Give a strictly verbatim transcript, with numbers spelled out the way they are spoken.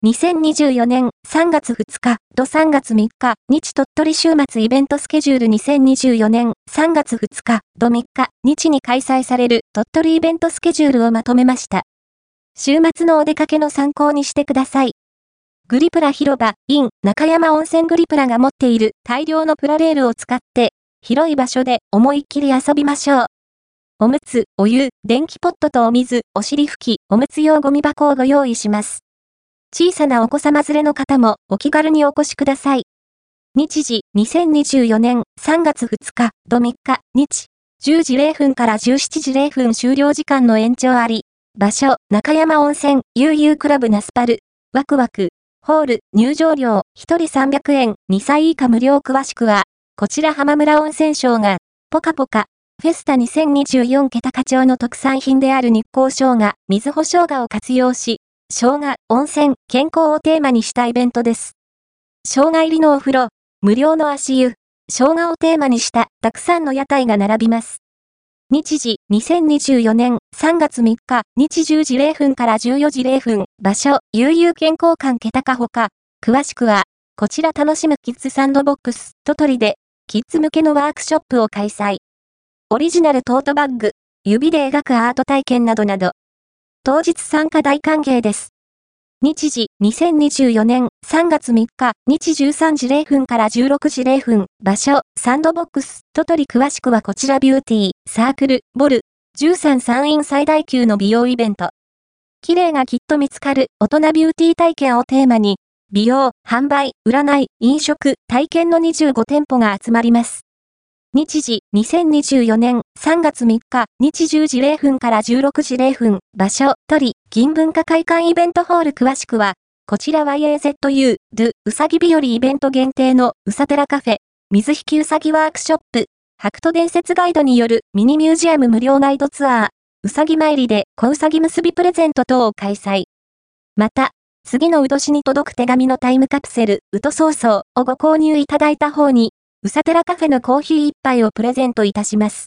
にせんにじゅうよねんさんがつふつかとさんがつみっか、日鳥取週末イベントスケジュールにせんにじゅうよねんさんがつふつかとみっか、日に開催される鳥取イベントスケジュールをまとめました。週末のお出かけの参考にしてください。グリプラ広場 in 中山温泉グリプラが持っている大量のプラレールを使って、広い場所で思いっきり遊びましょう。おむつ、お湯、電気ポットとお水、お尻拭き、おむつ用ゴミ箱をご用意します。小さなお子様連れの方もお気軽にお越しください。日時にせんにじゅうよねんさんがつふつかとみっか、日じゅうじれいふんからじゅうしちじれいふん終了時間の延長あり。場所、中山温泉、悠々クラブナスパル、ワクワク、ホール、入場料、ひとりさんびゃくえん、にさい以下無料詳しくは、こちら浜村温泉省が、ポカポカ、フェスタにせんにじゅうよん桁課長の特産品である日光生姜、水穂生姜を活用し、生姜、温泉、健康をテーマにしたイベントです。生姜入りのお風呂、無料の足湯、生姜をテーマにしたたくさんの屋台が並びます。日時にせんにじゅうよねんさんがつみっか、日じゅうじれいふんからじゅうよじれいふん、場所、悠々健康館桁課ほか、詳しくは、こちら楽しむキッズサンドボックス、鳥取で、キッズ向けのワークショップを開催。オリジナルトートバッグ、指で描くアート体験などなど。当日参加大歓迎です。日時にせんにじゅうよねんさんがつみっか、日じゅうさんじれいふんからじゅうろくじれいふん、場所、サンドボックス、鳥取詳しくはこちらビューティー、サークル、ボル、じゅうさん山陰最大級の美容イベント。綺麗がきっと見つかる大人ビューティー体験をテーマに、美容、販売、占い、飲食、体験のにじゅうごてんぽが集まります。日時にせんにじゅうよねんさんがつみっか、日じゅうじれいふんからじゅうろくじれいふん、場所、鳥、銀文化会館イベントホール詳しくは、こちら ワイエーゼットユー、ドゥ、うさぎ日和イベント限定のうさてらカフェ、水引うさぎワークショップ、白兎伝説ガイドによるミニミュージアム無料ナイトツアー、うさぎ参りで小うさぎ結びプレゼント等を開催。また、次のう年に届く手紙のタイムカプセル、うとそうそうをご購入いただいた方に、うさてらカフェのコーヒー一杯をプレゼントいたします。